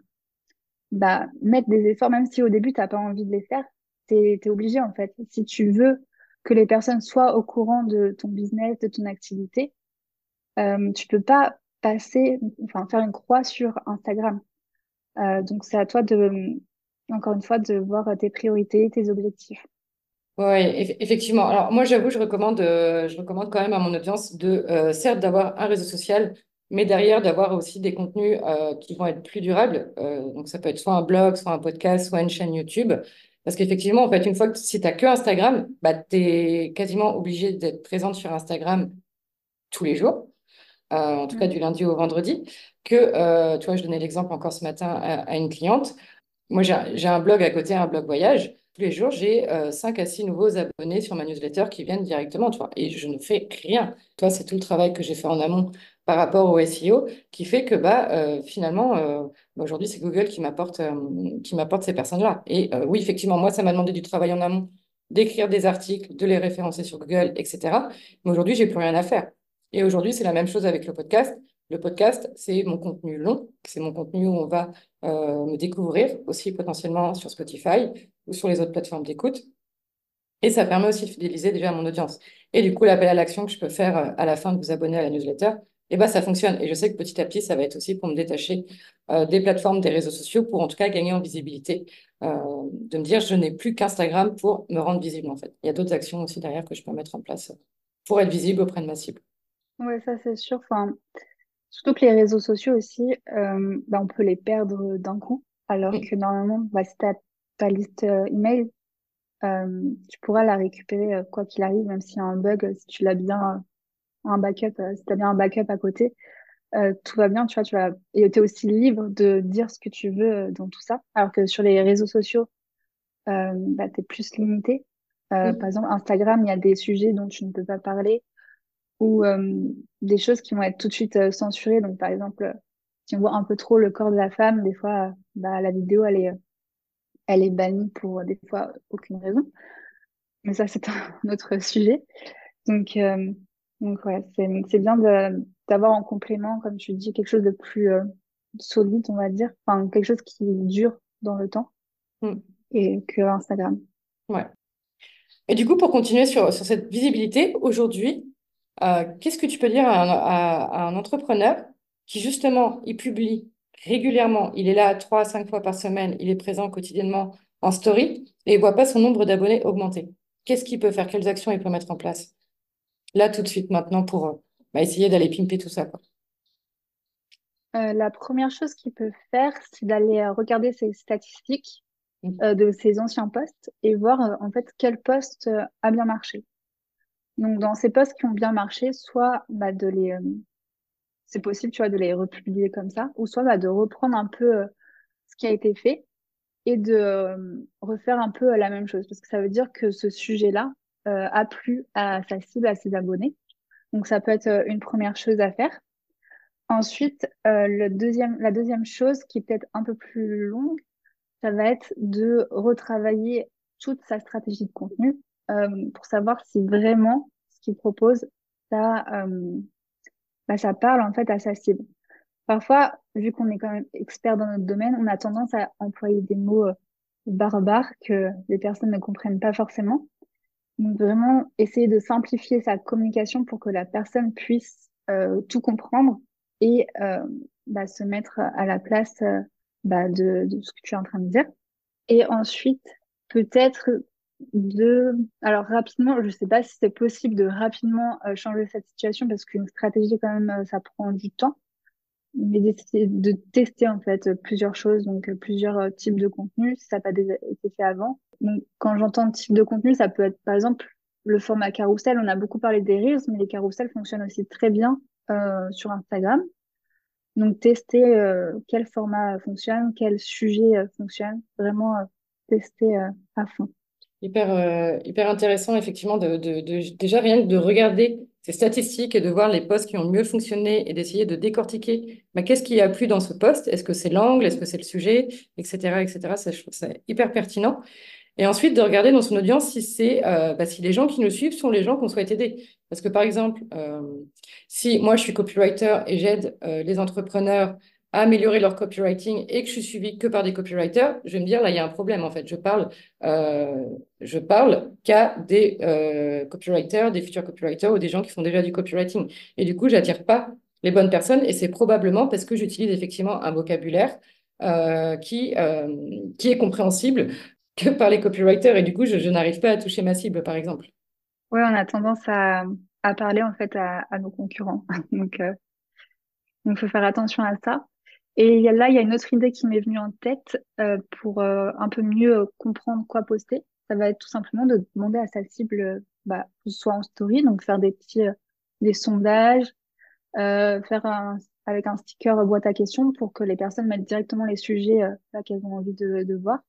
bah, mettre des efforts, même si au début, t'as pas envie de les faire, t'es, t'es obligé en fait. Si tu veux que les personnes soient au courant de ton business, de ton activité, euh, tu peux pas passer, enfin, faire une croix sur Instagram. Euh, donc, c'est à toi de, encore une fois, de voir tes priorités, tes objectifs. Oui, effectivement. Alors moi, j'avoue, je recommande, euh, je recommande quand même à mon audience de, euh, certes, d'avoir un réseau social, mais derrière d'avoir aussi des contenus euh, qui vont être plus durables. Euh, donc ça peut être soit un blog, soit un podcast, soit une chaîne YouTube. Parce qu'effectivement, en fait, une fois que si tu n'as que Instagram, bah, tu es quasiment obligé d'être présente sur Instagram tous les jours, euh, en tout cas Mm. du lundi au vendredi. Que, euh, tu vois, je donnais l'exemple encore ce matin à, à une cliente. Moi, j'ai un j'ai un blog à côté, un blog voyage. Tous les jours, j'ai euh, cinq à six nouveaux abonnés sur ma newsletter qui viennent directement, tu vois. Et je ne fais rien. Toi, c'est tout le travail que j'ai fait en amont par rapport au S E O qui fait que bah, euh, finalement, euh, bah, aujourd'hui, c'est Google qui m'apporte euh, qui m'apporte ces personnes-là. Et euh, oui, effectivement, moi, ça m'a demandé du travail en amont, d'écrire des articles, de les référencer sur Google, et cetera. Mais aujourd'hui, j'ai plus rien à faire. Et aujourd'hui, c'est la même chose avec le podcast. Le podcast, c'est mon contenu long, c'est mon contenu où on va euh, me découvrir aussi potentiellement sur Spotify ou sur les autres plateformes d'écoute. Et ça permet aussi de fidéliser déjà mon audience. Et du coup, l'appel à l'action que je peux faire euh, à la fin de vous abonner à la newsletter, eh ben, ça fonctionne. Et je sais que petit à petit, ça va être aussi pour me détacher euh, des plateformes, des réseaux sociaux, pour en tout cas gagner en visibilité, euh, de me dire je n'ai plus qu'Instagram pour me rendre visible en fait. Il y a d'autres actions aussi derrière que je peux mettre en place pour être visible auprès de ma cible. Ouais, ça c'est sûr. Enfin, surtout que les réseaux sociaux aussi, euh, bah, on peut les perdre d'un coup. Alors Mm. que normalement, bah, si tu as ta liste euh, email, euh, tu pourras la récupérer euh, quoi qu'il arrive, même s'il y a un bug, euh, si tu l'as bien, euh, un backup, euh, si tu as bien un backup à côté, euh, tout va bien, tu vois, tu vas, et tu es aussi libre de dire ce que tu veux euh, dans tout ça. Alors que sur les réseaux sociaux, euh, bah, tu es plus limité. Euh, par Mm. exemple, Instagram, il y a des sujets dont tu ne peux pas parler ou euh, des choses qui vont être tout de suite euh, censurées. Donc, par exemple, si on voit un peu trop le corps de la femme, des fois, euh, bah, la vidéo, elle est, elle est bannie pour euh, des fois aucune raison. Mais ça, c'est un autre sujet. Donc, euh, donc ouais, c'est, c'est bien de, d'avoir en complément, comme tu dis, quelque chose de plus euh, solide, on va dire. Enfin, quelque chose qui dure dans le temps Mm. et que Instagram. Ouais. Et du coup, pour continuer sur, sur cette visibilité, aujourd'hui, euh, qu'est-ce que tu peux dire à un, à- à un entrepreneur qui, justement, il publie régulièrement, il est là trois à cinq fois par semaine, il est présent quotidiennement en story et il voit pas son nombre d'abonnés augmenter? Qu'est-ce qu'il peut faire? Quelles actions il peut mettre en place? Là, tout de suite, maintenant, pour euh, bah, essayer d'aller pimper tout ça, quoi. Euh, la première chose qu'il peut faire, c'est d'aller euh, regarder ses statistiques Mm. euh, de ses anciens posts et voir euh, en fait quel post euh, a bien marché. Donc dans ces posts qui ont bien marché, soit bah, de les, euh, c'est possible, tu vois, de les republier comme ça, ou soit bah, de reprendre un peu euh, ce qui a été fait et de euh, refaire un peu la même chose parce que ça veut dire que ce sujet-là euh, a plu à sa cible, à ses abonnés. Donc ça peut être euh, une première chose à faire. Ensuite, euh, le deuxième, la deuxième chose qui est peut-être un peu plus longue, ça va être de retravailler toute sa stratégie de contenu euh, pour savoir si vraiment ce qu'il propose, ça, euh, bah, ça parle en fait à sa cible. Parfois, vu qu'on est quand même expert dans notre domaine, on a tendance à employer des mots euh, barbares que les personnes ne comprennent pas forcément. Donc vraiment essayer de simplifier sa communication pour que la personne puisse euh, tout comprendre et euh, bah, se mettre à la place euh, bah, de, de ce que tu es en train de dire. Et ensuite, peut-être de... Alors rapidement, je ne sais pas si c'est possible de rapidement euh, changer cette situation parce qu'une stratégie, quand même, euh, ça prend du temps. Mais d'essayer de tester en fait euh, plusieurs choses, donc euh, plusieurs euh, types de contenus, si ça n'a pas déjà été fait avant. Donc quand j'entends type de contenu, ça peut être par exemple le format carrousel. On a beaucoup parlé des Reels, mais les carousels fonctionnent aussi très bien euh, sur Instagram. Donc tester euh, quel format fonctionne, quel sujet euh, fonctionne, vraiment euh, tester euh, à fond. Hyper, euh, hyper intéressant, effectivement, de, de, de- déjà rien que de regarder ces statistiques et de voir les posts qui ont mieux fonctionné et d'essayer de décortiquer bah, qu'est-ce qui a plu dans ce post, est-ce que c'est l'angle, est-ce que c'est le sujet, et cetera, et cetera. Ça, je trouve ça hyper pertinent. Et ensuite, de regarder dans son audience si c'est, euh, bah, si les gens qui nous suivent sont les gens qu'on souhaite aider. Parce que par exemple, euh, si moi je suis copywriter et j'aide euh, les entrepreneurs à améliorer leur copywriting et que je suis suivie que par des copywriters, je vais me dire là, il y a un problème en fait. Je parle, euh, je parle qu'à des euh, copywriters, des futurs copywriters ou des gens qui font déjà du copywriting. Et du coup, j'attire pas les bonnes personnes et c'est probablement parce que j'utilise effectivement un vocabulaire euh, qui, euh, qui est compréhensible que par les copywriters et du coup, je, je n'arrive pas à toucher ma cible, par exemple. Ouais, on a tendance à, à parler en fait à, à nos concurrents. Donc, euh, il faut faire attention à ça. Et il y a, là, il y a une autre idée qui m'est venue en tête euh, pour euh, un peu mieux euh, comprendre quoi poster. Ça va être tout simplement de demander à sa cible, euh, bah, que ce soit en story, donc faire des petits euh, des sondages, euh, faire un, avec un sticker euh, boîte à questions pour que les personnes mettent directement les sujets euh, là, qu'elles ont envie de, de voir.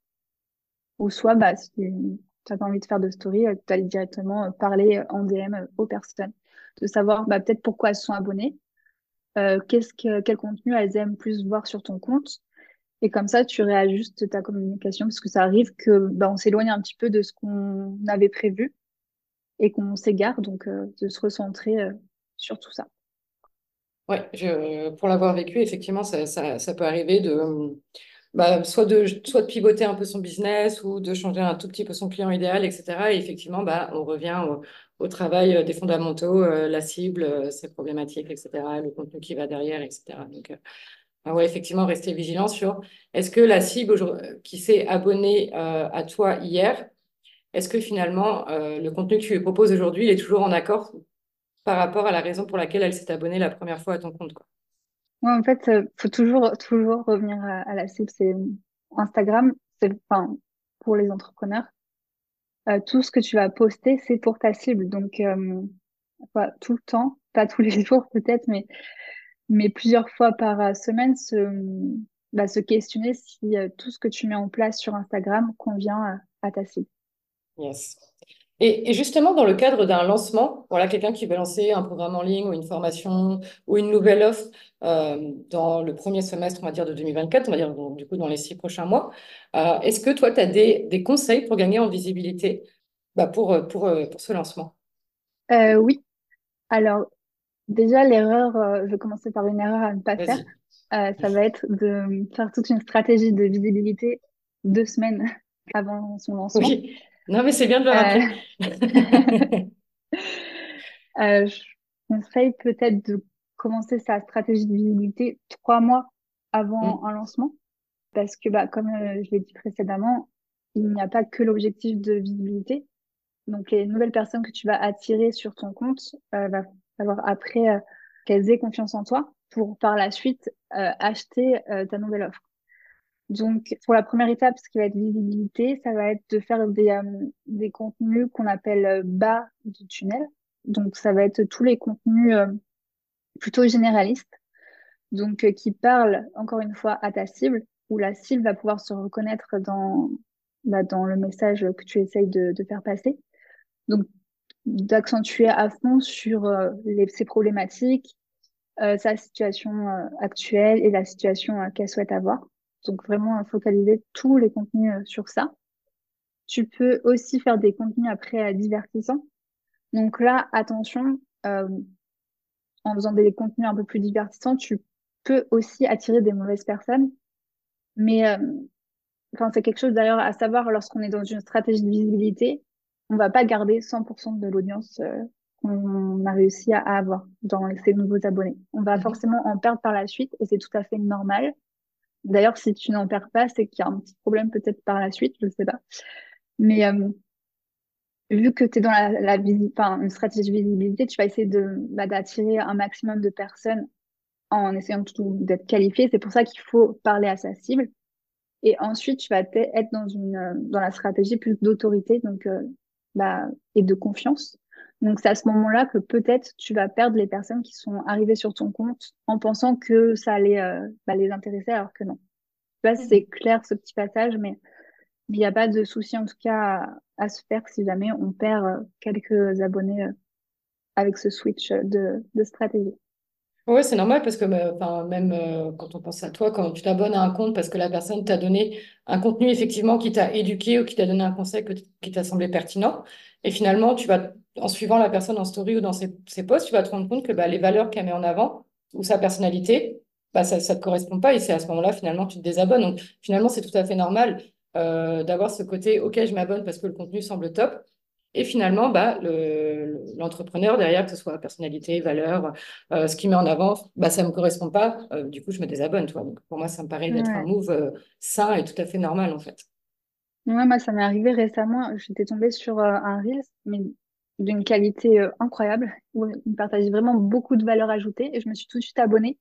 Ou soit, bah, si tu n'as pas envie de faire de story, tu aller directement euh, parler euh, en D M euh, aux personnes. De savoir bah, peut-être pourquoi elles sont abonnées, euh, qu'est-ce que, quel contenu elles aiment plus voir sur ton compte. Et comme ça, tu réajustes ta communication parce que ça arrive que bah, on s'éloigne un petit peu de ce qu'on avait prévu et qu'on s'égare, donc euh, de se recentrer euh, sur tout ça. Ouais, je, pour l'avoir vécu, effectivement, ça, ça, ça peut arriver de, bah, soit de, soit de pivoter un peu son business ou de changer un tout petit peu son client idéal, et cetera. Et effectivement, bah, on revient au, au travail euh, des fondamentaux, euh, la cible, euh, ses problématiques, et cetera, le contenu qui va derrière, et cetera. Donc, euh, ah ouais, effectivement, rester vigilant sur est-ce que la cible aujourd'hui- qui s'est abonnée euh, à toi hier, est-ce que finalement, euh, le contenu que tu lui proposes aujourd'hui, il est toujours en accord par rapport à la raison pour laquelle elle s'est abonnée la première fois à ton compte, quoi. Ouais, en fait, euh, faut toujours, toujours revenir à, à la cible. C'est Instagram, c'est, enfin, pour les entrepreneurs, euh, tout ce que tu vas poster, c'est pour ta cible. Donc, euh, pas tout le temps, pas tous les jours peut-être, mais, mais plusieurs fois par euh, semaine, se, bah, se questionner si euh, tout ce que tu mets en place sur Instagram convient euh, à ta cible. Yes. Et, et justement, dans le cadre d'un lancement, voilà, quelqu'un qui veut lancer un programme en ligne ou une formation ou une nouvelle offre euh, dans le premier semestre, on va dire, de deux mille vingt-quatre, on va dire donc, du coup dans les six prochains mois, euh, est-ce que toi, tu as des, des conseils pour gagner en visibilité bah, pour, euh, pour, euh, pour ce lancement? Euh, oui, alors déjà, l'erreur, euh, je vais commencer par une erreur à ne pas faire. Vas-y. Euh, ça va être de faire toute une stratégie de visibilité deux semaines avant son lancement. Oui. Non, mais c'est bien de le rappeler. Euh, euh, je conseille peut-être de commencer sa stratégie de visibilité trois mois avant Mm. un lancement, parce que, bah, comme euh, je l'ai dit précédemment, il n'y a pas que l'objectif de visibilité. Donc, les nouvelles personnes que tu vas attirer sur ton compte, euh, va falloir après euh, qu'elles aient confiance en toi pour par la suite euh, acheter euh, ta nouvelle offre. Donc, pour la première étape, ce qui va être visibilité, ça va être de faire des, euh, des contenus qu'on appelle euh, bas du tunnel. Donc, ça va être tous les contenus euh, plutôt généralistes, donc euh, qui parlent encore une fois à ta cible. où la cible va pouvoir se reconnaître dans, bah, dans le message que tu essayes de, de faire passer. Donc, d'accentuer à fond sur euh, les, ses problématiques, euh, sa situation euh, actuelle et la situation euh, qu'elle souhaite avoir. Donc, vraiment euh, focaliser tous les contenus euh, sur ça. Tu peux aussi faire des contenus après euh, divertissants. Donc là, attention, euh, en faisant des contenus un peu plus divertissants, tu peux aussi attirer des mauvaises personnes. Mais euh, enfin, c'est quelque chose d'ailleurs à savoir lorsqu'on est dans une stratégie de visibilité. On va pas garder cent pour cent de l'audience euh, qu'on a réussi à, à avoir dans ces nouveaux abonnés. On va Mhm. forcément en perdre par la suite et c'est tout à fait normal. D'ailleurs, si tu n'en perds pas, c'est qu'il y a un petit problème peut-être par la suite, je ne sais pas. Mais euh, vu que tu es dans la, la visi- enfin, une stratégie de visibilité, tu vas essayer de, bah, d'attirer un maximum de personnes en essayant tout d'être qualifié. C'est pour ça qu'il faut parler à sa cible. Et ensuite, tu vas te- être dans une, euh, dans la stratégie plus d'autorité, donc, euh, bah, et de confiance. Donc, c'est à ce moment-là que peut-être tu vas perdre les personnes qui sont arrivées sur ton compte en pensant que ça allait, euh, bah, les intéresser, alors que non. Je sais pas si c'est clair ce petit passage, mais mais il n'y a pas de souci en tout cas à, à se faire si jamais on perd euh, quelques abonnés euh, avec ce switch de, de stratégie. Ouais, c'est normal parce que bah, enfin, même euh, quand on pense à toi, quand tu t'abonnes à un compte parce que la personne t'a donné un contenu effectivement qui t'a éduqué ou qui t'a donné un conseil que t- qui t'a semblé pertinent, et finalement, tu vas, en suivant la personne en story ou dans ses, ses posts, tu vas te rendre compte que bah, les valeurs qu'elle met en avant ou sa personnalité, bah, ça ne te correspond pas et c'est à ce moment-là, finalement, tu te désabonnes. Donc, finalement, c'est tout à fait normal euh, d'avoir ce côté, OK, je m'abonne parce que le contenu semble top. Et finalement, bah, le- l'entrepreneur derrière, que ce soit personnalité, valeur, euh, ce qu'il met en avant, bah, ça ne me correspond pas. Euh, du coup, je me désabonne, toi. Donc, pour moi, ça me paraît d'être un Ouais. move euh, sain et tout à fait normal, en fait. Ouais, moi, ça m'est arrivé récemment. J'étais tombée sur euh, un Reels, mais d'une qualité euh, incroyable, où il partageait vraiment beaucoup de valeur ajoutée et je me suis tout de suite abonnée.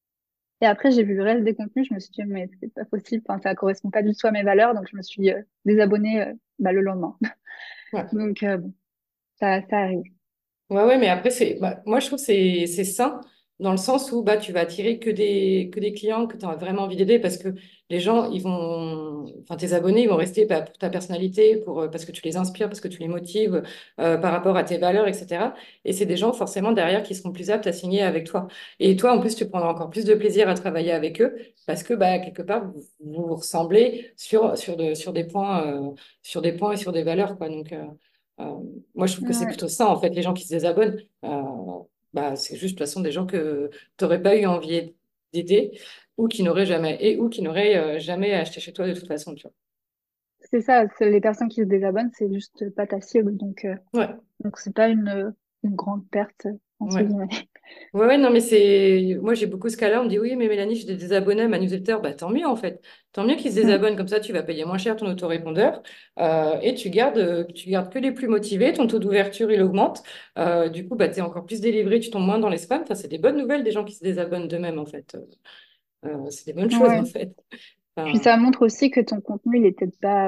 Et après, j'ai vu le reste des contenus, je me suis dit, mais c'est pas possible, enfin, ça correspond pas du tout à mes valeurs, donc je me suis euh, désabonnée euh, bah, le lendemain. Ouais. Donc, euh, bon, ça, ça arrive. Ouais, ouais, mais après, c'est, bah, moi, je trouve que c'est, c'est sain dans le sens où bah, tu vas attirer que des, que des clients que tu as vraiment envie d'aider parce que les gens, ils vont, enfin, tes abonnés, ils vont rester bah, pour ta personnalité, pour, euh, parce que tu les inspires, parce que tu les motives euh, par rapport à tes valeurs, et cetera. Et c'est des gens forcément derrière qui seront plus aptes à signer avec toi. Et toi, en plus, tu prendras encore plus de plaisir à travailler avec eux parce que bah, quelque part, vous vous, vous ressemblez sur, sur, de, sur des points, euh, sur des points et sur des valeurs, quoi. Donc, euh, euh, moi, je trouve que c'est Ouais. plutôt ça, en fait, les gens qui se désabonnent. Euh, bah, c'est juste, de toute façon, des gens que tu n'aurais pas eu envie d'aider ou qui n'auraient jamais, et ou qui n'auraient euh, jamais acheté chez toi de toute façon, tu C'est ça, c'est les personnes qui se désabonnent, c'est juste pas ta cible, donc euh, vois. donc c'est pas une, une grande perte, Ouais, entre ouais. guillemets. Ouais, ouais, non, mais c'est. Moi, j'ai beaucoup ce cas-là. On me dit, oui, mais Mélanie, j'ai des désabonnés à ma newsletter. Bah, tant mieux, en fait. Tant mieux qu'ils se Mm. désabonnent. Comme ça, tu vas payer moins cher ton autorépondeur. Euh, et tu gardes, euh, tu gardes que les plus motivés. Ton taux d'ouverture, il augmente. Euh, du coup, bah, tu es encore plus délivré. Tu tombes moins dans les spams. Enfin, c'est des bonnes nouvelles des gens qui se désabonnent d'eux-mêmes, en fait. Euh, c'est des bonnes choses, en Ouais. fait. Puis Enfin, ça montre aussi que ton contenu, il est peut-être pas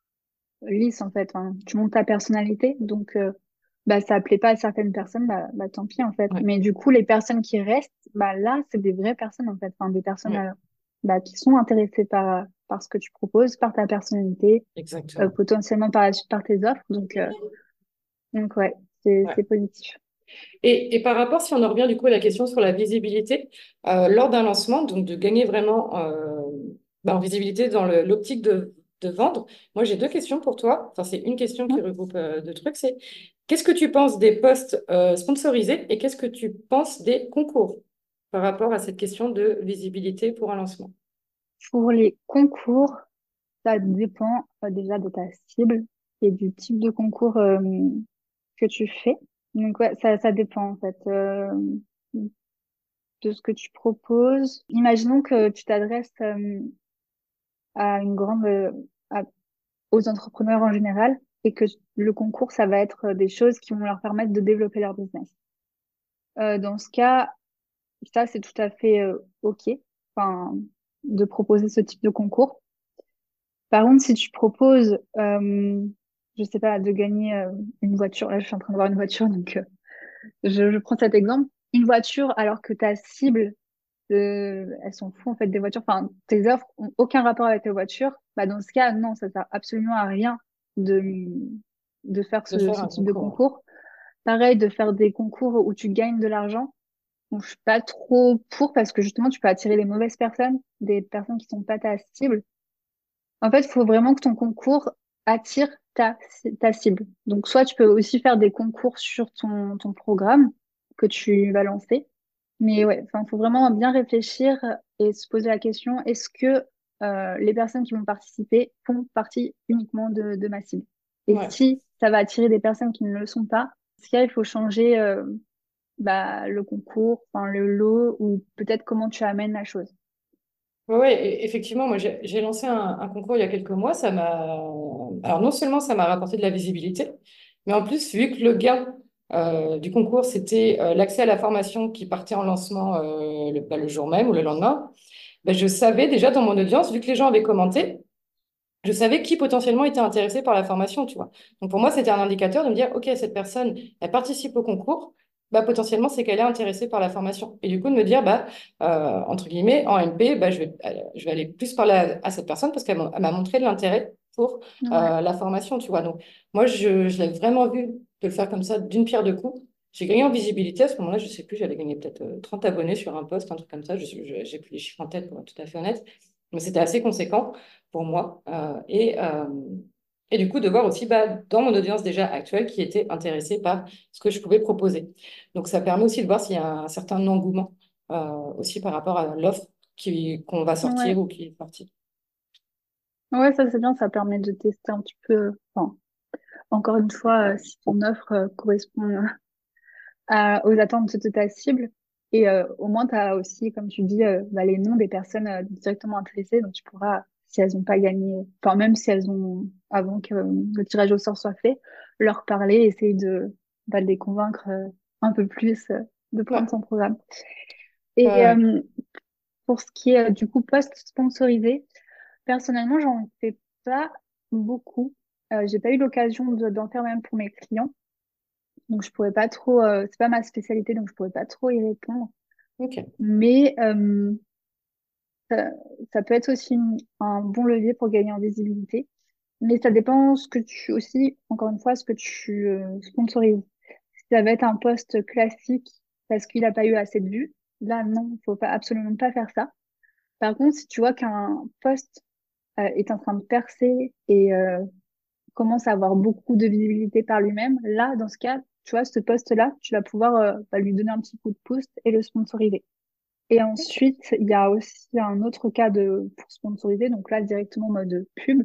lisse, en fait. Hein. Tu montes ta personnalité, donc euh, bah, ça plaît pas à certaines personnes, bah, bah tant pis, en fait. ouais, Mais du coup, les personnes qui restent, bah là, c'est des vraies personnes, en fait. Enfin, des personnes ouais, euh, bah, qui sont intéressées par, par ce que tu proposes, par ta personnalité, euh, exactement. potentiellement par la suite par tes offres. Donc, euh, donc ouais, c'est Ouais. c'est positif. Et, et par rapport, si on en revient du coup à la question sur la visibilité, euh, lors d'un lancement, donc de gagner vraiment euh, bah, en visibilité dans le- l'optique de, de vendre, moi j'ai deux questions pour toi. Enfin, c'est une question qui Ouais. regroupe euh, deux trucs. C'est qu'est-ce que tu penses des posts euh, sponsorisés et qu'est-ce que tu penses des concours par rapport à cette question de visibilité pour un lancement? Pour les concours, ça dépend euh, déjà de ta cible et du type de concours euh, que tu fais. Donc ouais, ça, ça dépend en fait euh, de ce que tu proposes. Imaginons que tu t'adresses euh, à une grande, euh, à- aux entrepreneurs en général et que le concours, ça va être euh, des choses qui vont leur permettre de développer leur business. Euh, dans ce cas, ça, c'est tout à fait euh, OK, enfin, de proposer ce type de concours. Par contre, si tu proposes, euh, je sais pas, de gagner euh, une voiture, là, je suis en train de voir une voiture, donc euh, je, je prends cet exemple, une voiture alors que ta cible, de, elles s'en foutent en fait des voitures. Enfin, tes offres ont aucun rapport avec les voitures. Bah, dans ce cas, non, ça sert absolument à rien de, de faire de ce, faire ce un type de concours. concours. Pareil, de faire des concours où tu gagnes de l'argent. Donc, je suis pas trop pour parce que justement, tu peux attirer les mauvaises personnes, des personnes qui sont pas ta cible. En fait, il faut vraiment que ton concours attire ta, ta cible. Donc, soit tu peux aussi faire des concours sur ton, ton programme que tu vas lancer. Mais ouais, enfin, faut vraiment bien réfléchir et se poser la question, est-ce que euh, les personnes qui vont participer font partie uniquement de, de ma cible? Et Ouais. si ça va attirer des personnes qui ne le sont pas, ce qu'il y a, il faut changer euh, bah, le concours, enfin, le lot ou peut-être comment tu amènes la chose. Ouais, ouais, et- effectivement, moi j'ai j'ai lancé un, un concours il y a quelques mois. Ça m'a, alors non seulement ça m'a rapporté de la visibilité, mais en plus vu que le gain euh, du concours c'était euh, l'accès à la formation qui partait en lancement euh, le, bah, le jour même ou le lendemain, ben, je savais déjà dans mon audience, vu que les gens avaient commenté, je savais qui potentiellement était intéressé par la formation, tu vois. Donc pour moi, c'était un indicateur de me dire, OK, cette personne, elle participe au concours, bah, potentiellement, c'est qu'elle est intéressée par la formation. Et du coup, de me dire, bah, euh, entre guillemets, en M P, bah, je vais, euh, je vais aller plus parler à, à cette personne parce qu'elle m'a elle m'a montré de l'intérêt pour Ouais. euh, la formation, tu vois. Donc moi, je, je l'ai vraiment vu de le faire comme ça, d'une pierre deux coups. J'ai gagné en visibilité à ce moment-là, je sais plus, j'avais gagné peut-être euh, trente abonnés sur un post, un truc comme ça. Je, je- j'ai plus les chiffres en tête pour être tout à fait honnête, mais c'était assez conséquent pour moi. Euh, et, euh, et du coup, de voir aussi bah, dans mon audience déjà actuelle qui était intéressée par ce que je pouvais proposer. Donc, ça permet aussi de voir s'il y a un certain engouement euh, aussi par rapport à l'offre qui, qu'on va sortir Ouais. ou qui est partie. Ouais, ça c'est bien, ça permet de tester un petit peu. Enfin, encore une fois, euh, si ton offre euh, correspond euh, à- aux attentes de ta cible. Et euh, au moins, tu as aussi, comme tu dis, euh, bah, les noms des personnes euh, directement intéressées. Donc, tu pourras, si elles n'ont pas gagné, enfin, même si elles ont, avant que euh, le tirage au sort soit fait, leur parler, essayer de, bah, de les convaincre euh, un peu plus euh, de Ouais, prendre ton programme. ouais, Et ouais. euh, pour ce qui est euh, du coup post-sponsorisé, personnellement, j'en fais pas beaucoup. Euh, j'ai pas eu l'occasion de- d'en faire même pour mes clients. Donc, je pourrais pas trop, euh, c'est pas ma spécialité, donc je pourrais pas trop y répondre. Ok. Mais euh, ça, ça peut être aussi une- un bon levier pour gagner en visibilité. Mais ça dépend ce que tu aussi, encore une fois, ce que tu euh, sponsorises. Si ça va être un post classique parce qu'il n'a pas eu assez de vues, là, non, faut pas, absolument pas faire ça. Par contre, si tu vois qu'un post euh, est en train de percer et euh, commence à avoir beaucoup de visibilité par lui-même, là, dans ce cas, tu vois, ce post-là, tu vas pouvoir euh, bah, lui donner un petit coup de pouce et le sponsoriser. Et ensuite, il y a aussi un autre cas de, pour sponsoriser, donc là, directement en mode pub.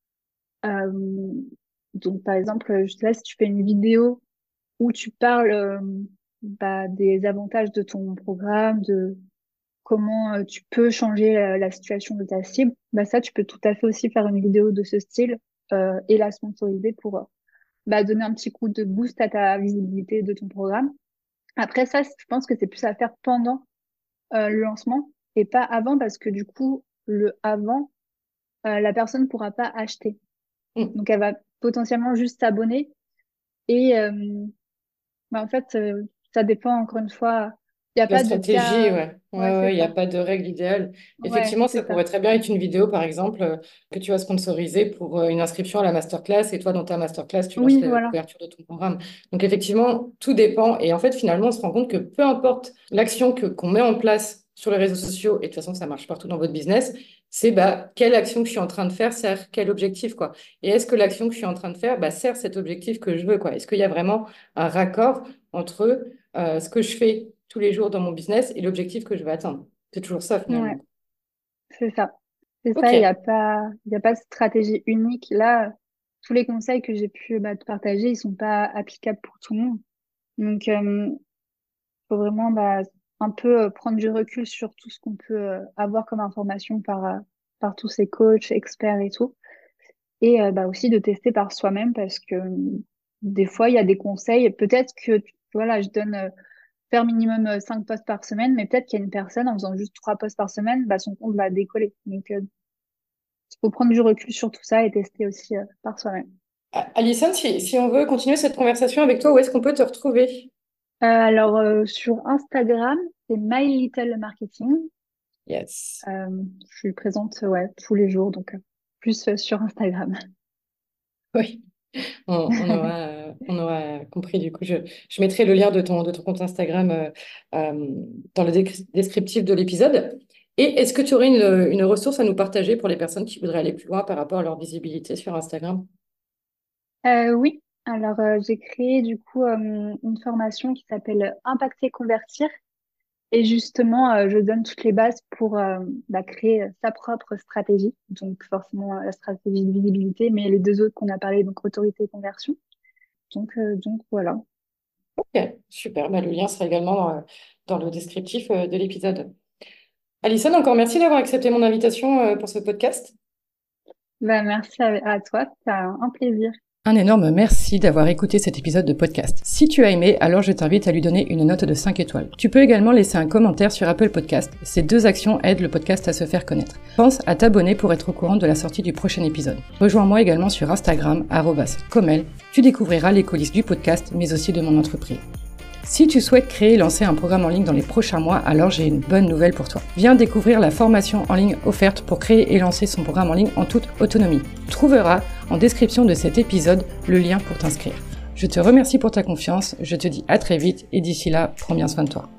Euh, donc, par exemple, je sais pas si tu fais une vidéo où tu parles euh, bah, des avantages de ton programme, de comment euh, tu peux changer la, la situation de ta cible, bah, ça, tu peux tout à fait aussi faire une vidéo de ce style euh, et la sponsoriser pour euh, bah, donner un petit coup de boost à ta visibilité de ton programme. Après ça, je pense que c'est plus à faire pendant euh, le lancement et pas avant parce que du coup, le avant, euh, la personne ne pourra pas acheter. Hmm. Donc, elle va potentiellement juste s'abonner et euh, bah, en fait, euh, ça dépend encore une fois. Il n'y a La pas de stratégie, cas. ouais. Ouais, Ouais, c'est ouais, il n'y a ça. pas de règle idéale. Ouais, Effectivement, ça c'est ça. pourrait très bien être une vidéo, par exemple, euh, que tu as sponsorisée pour euh, une inscription à la masterclass et toi, dans ta masterclass, tu lances Oui, la- voilà. l'ouverture de ton programme. Donc, effectivement, tout dépend. Et en fait, finalement, on se rend compte que peu importe l'action que, qu'on met en place sur les réseaux sociaux, et de toute façon, ça marche partout dans votre business, c'est bah, quelle action que je suis en train de faire sert quel objectif, quoi. Et est-ce que l'action que je suis en train de faire bah, sert cet objectif que je veux, quoi. Est-ce qu'il y a vraiment un raccord entre euh, ce que je fais tous les jours dans mon business et l'objectif que je vais atteindre. C'est toujours ça Ouais, finalement. c'est ça. C'est Ok, ça, il n'y a pas, il y a pas de stratégie unique. Là, tous les conseils que j'ai pu bah, te partager, ils sont pas applicables pour tout le monde. Donc, il faut vraiment bah, un peu euh, prendre du recul sur tout ce qu'on peut euh, avoir comme information par, euh, par tous ces coachs, experts et tout. Et euh, bah, aussi de tester par soi-même parce que euh, des fois, il y a des conseils. Peut-être que, tu vois, là, je donne euh, faire minimum euh, cinq posts par semaine, mais peut-être qu'il y a une personne en faisant juste trois posts par semaine, bah, son compte va décoller. Donc, euh, il faut prendre du recul sur tout ça et tester aussi euh, par soi-même. A- Alison, si, si on veut continuer cette conversation avec toi, où est-ce qu'on peut te retrouver? Euh, alors, euh, sur Instagram, c'est My Little Marketing. Yes. Euh, je suis présente ouais, tous les jours, donc euh, plus euh, sur Instagram. Oui, on, on aura, euh, on aura compris du coup. Je, je mettrai le lien de ton, de ton compte Instagram euh, euh, dans le dé- descriptif de l'épisode. Et est-ce que tu aurais une, une ressource à nous partager pour les personnes qui voudraient aller plus loin par rapport à leur visibilité sur Instagram? Euh, oui, alors euh, j'ai créé du coup euh, une formation qui s'appelle Impacter, convertir. Et justement, euh, je donne toutes les bases pour euh, bah, créer sa propre stratégie. Donc forcément, euh, la stratégie de visibilité, mais les deux autres qu'on a parlé, donc autorité et conversion. Donc, euh, donc voilà. Ok, super. Bah, le lien sera également dans, dans le descriptif euh, de l'épisode. Alison, encore merci d'avoir accepté mon invitation euh, pour ce podcast. Bah, merci à, à toi, c'est un plaisir. Un énorme merci d'avoir écouté cet épisode de podcast. Si tu as aimé, alors je t'invite à lui donner une note de cinq étoiles. Tu peux également laisser un commentaire sur Apple Podcast. Ces deux actions aident le podcast à se faire connaître. Pense à t'abonner pour être au courant de la sortie du prochain épisode. Rejoins-moi également sur Instagram, arobase comel. Tu découvriras les coulisses du podcast, mais aussi de mon entreprise. Si tu souhaites créer et lancer un programme en ligne dans les prochains mois, alors j'ai une bonne nouvelle pour toi. Viens découvrir la formation en ligne offerte pour créer et lancer son programme en ligne en toute autonomie. Tu trouveras en description de cet épisode le lien pour t'inscrire. Je te remercie pour ta confiance, je te dis à très vite et d'ici là, prends bien soin de toi.